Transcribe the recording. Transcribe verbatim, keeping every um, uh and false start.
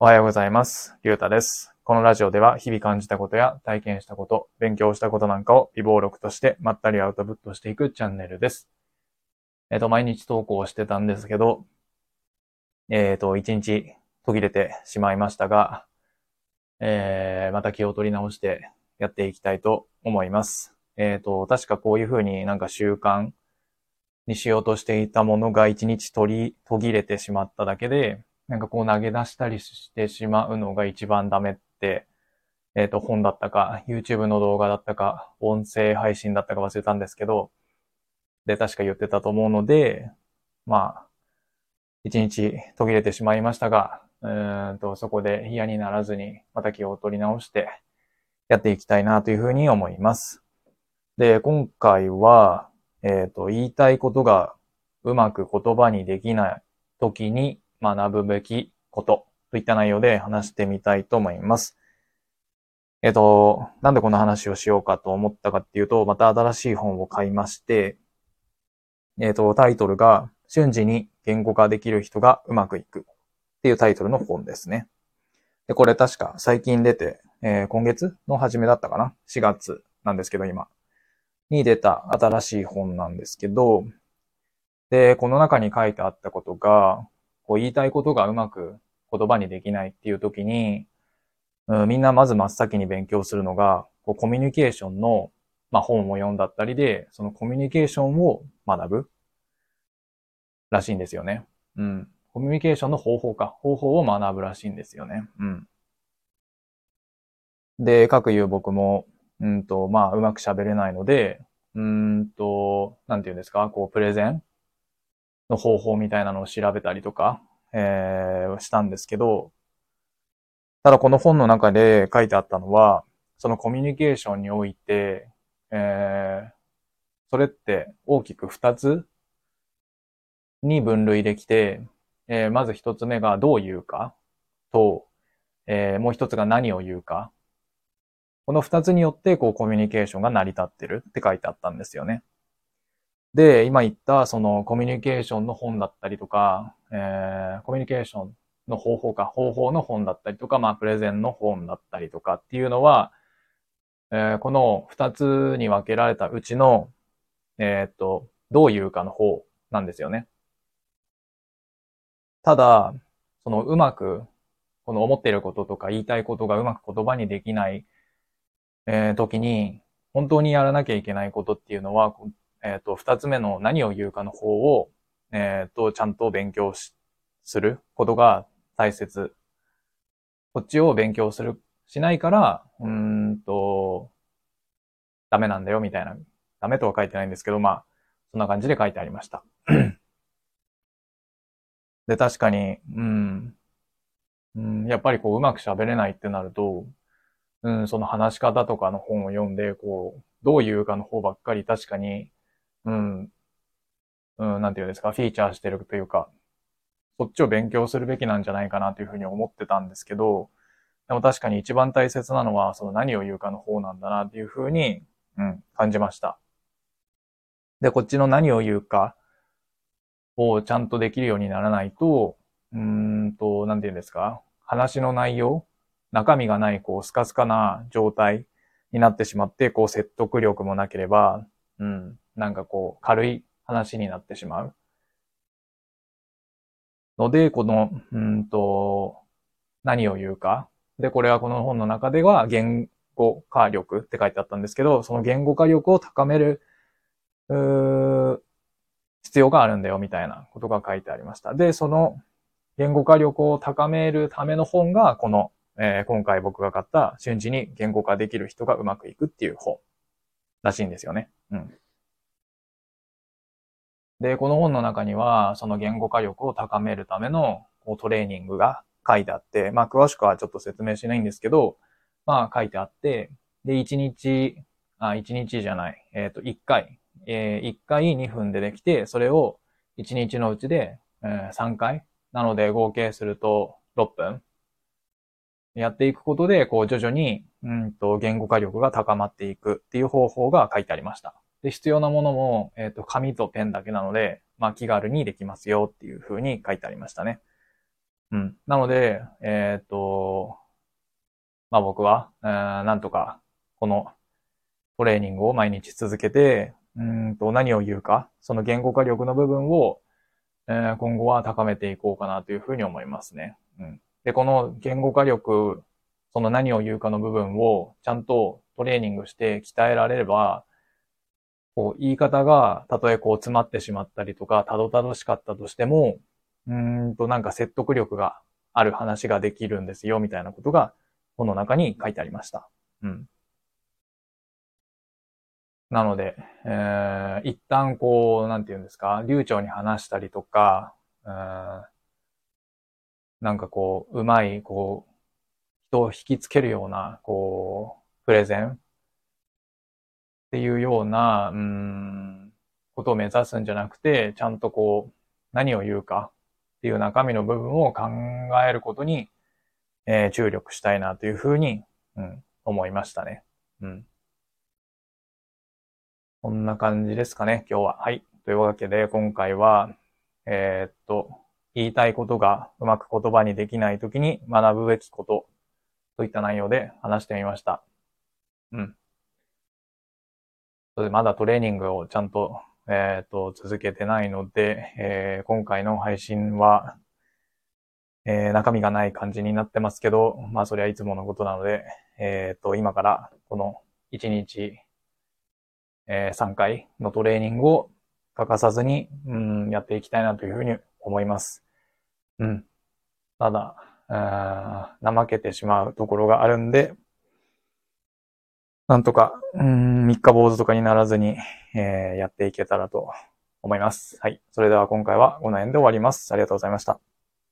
おはようございます。りゅうたです。このラジオでは日々感じたことや体験したこと、勉強したことなんかを微暴録としてまったりアウトプットしていくチャンネルです。えっと、毎日投稿してたんですけど、えっと、一日途切れてしまいましたが、えー、また気を取り直してやっていきたいと思います。えっと、確かこういうふうになんか習慣にしようとしていたものが一日取り、途切れてしまっただけで、なんかこう投げ出したりしてしまうのが一番ダメって、えっと、本だったか、YouTube の動画だったか、音声配信だったか忘れたんですけど、で、確か言ってたと思うので、まあ、一日途切れてしまいましたが、うーんと、そこで嫌にならずに、また気を取り直してやっていきたいなというふうに思います。で、今回は、えっと、言いたいことがうまく言葉にできない時に学ぶべきことといった内容で話してみたいと思います。えっと、なんでこの話をしようかと思ったかっていうと、また新しい本を買いまして、えっと、タイトルが、瞬時に言語化できる人がうまくいくっていうタイトルの本ですね。で、これ確か最近出て、えー、今月の初めだったかな ?しがつ なんですけど、今。に出た新しい本なんですけど、で、この中に書いてあったことが、こう言いたいことがうまく言葉にできないっていう時に、うん、みんなまず真っ先に勉強するのが、こうコミュニケーションの、まあ、本を読んだったりで、そのコミュニケーションを学ぶらしいんですよね。うん。コミュニケーションの方法か。方法を学ぶらしいんですよね。うん。で、各言う僕も、うんと、まあ、うまく喋れないので、うんと、なんていうんですか、こう、プレゼンの方法みたいなのを調べたりとか、えー、したんですけど、ただこの本の中で書いてあったのは、そのコミュニケーションにおいて、えー、それって大きく二つに分類できて、えー、まず一つ目がどう言うかと、えー、もう一つが何を言うか。この二つによってこうコミュニケーションが成り立ってるって書いてあったんですよね。で、今言ったそのコミュニケーションの本だったりとか、えー、コミュニケーションの方法か、方法の本だったりとか、まあプレゼンの本だったりとかっていうのは、えー、この二つに分けられたうちの、えーっと、どういうかの方なんですよね。ただ、そのうまく、この思っていることとか言いたいことがうまく言葉にできない、えー時に、本当にやらなきゃいけないことっていうのは、えーっと、二つ目の何を言うかの方を、えーっと、ちゃんと勉強し、することが大切。こっちを勉強する、しないから、うーんと、ダメなんだよみたいな。ダメとは書いてないんですけど、まあ、そんな感じで書いてありました。で、確かに、うん、うん、やっぱりこう、うまく喋れないってなると、うん、その話し方とかの本を読んで、こう、どういうかの方ばっかり確かに、うん、うん、なんていうんですか、フィーチャーしてるというか、そっちを勉強するべきなんじゃないかなというふうに思ってたんですけど、でも確かに一番大切なのは、その何を言うかの方なんだなっていうふうに、うん、感じました。で、こっちの何を言うかをちゃんとできるようにならないと、うーんと、なんていうんですか、話の内容、中身がない、こう、スカスカな状態になってしまって、こう、説得力もなければ、うん、なんかこう、軽い話になってしまう。ので、この、うんと、何を言うか。で、これはこの本の中では言語化力って書いてあったんですけど、その言語化力を高める、うー必要があるんだよみたいなことが書いてありました。で、その言語化力を高めるための本が、この、えー今回僕が買った瞬時に言語化できる人がうまくいくっていう本らしいんですよね。うん。で、この本の中には、その言語化力を高めるためのこうトレーニングが書いてあって、まあ詳しくはちょっと説明しないんですけど、まあ書いてあって、で、いちにち、あ、いちにちじゃない、えっと、いっかい、えー、いっかいにふんでできて、それをいちにちのうちで、えー、さんかい、なので合計するとろっぷんやっていくことで、こう徐々に、うんと、言語化力が高まっていくっていう方法が書いてありました。で、必要なものも、えっと、紙とペンだけなので、まあ気軽にできますよっていう風に書いてありましたね。 うん。なので、えっと、まあ僕は、うん、なんとか、このトレーニングを毎日続けて、うんと何を言うか、その言語化力の部分を、えー今後は高めていこうかなというふうに思いますね。うん。で、この言語化力、その何を言うかの部分をちゃんとトレーニングして鍛えられれば、こう言い方がたとえこう詰まってしまったりとか、たどたどしかったとしても、うーんとなんか説得力がある話ができるんですよ、みたいなことが、この中に書いてありました。うん。なので、えー、一旦こう、なんていうんですか、流暢に話したりとか、うーん、なんかこう、うまい、こう、人を引きつけるような、こう、プレゼンっていうような、うーん、ことを目指すんじゃなくて、ちゃんとこう、何を言うかっていう中身の部分を考えることに、えー注力したいなというふうに、うん、思いましたね。うん。こんな感じですかね、今日は。はい。というわけで、今回は、えーっと、言いたいことがうまく言葉にできないときに学ぶべきことといった内容で話してみました。うん。それでまだトレーニングをちゃんと、えっと、続けてないので、えー今回の配信は、えー中身がない感じになってますけど、まあそれはいつものことなので、えっと、今からこのいちにち、えーさんかいのトレーニングを欠かさずに、うん、やっていきたいなというふうに思います。うん。ただ、怠けてしまうところがあるんで、なんとか、うん、三日坊主とかにならずに、えーやっていけたらと思います。はい。それでは今回はこの辺で終わります。ありがとうございました。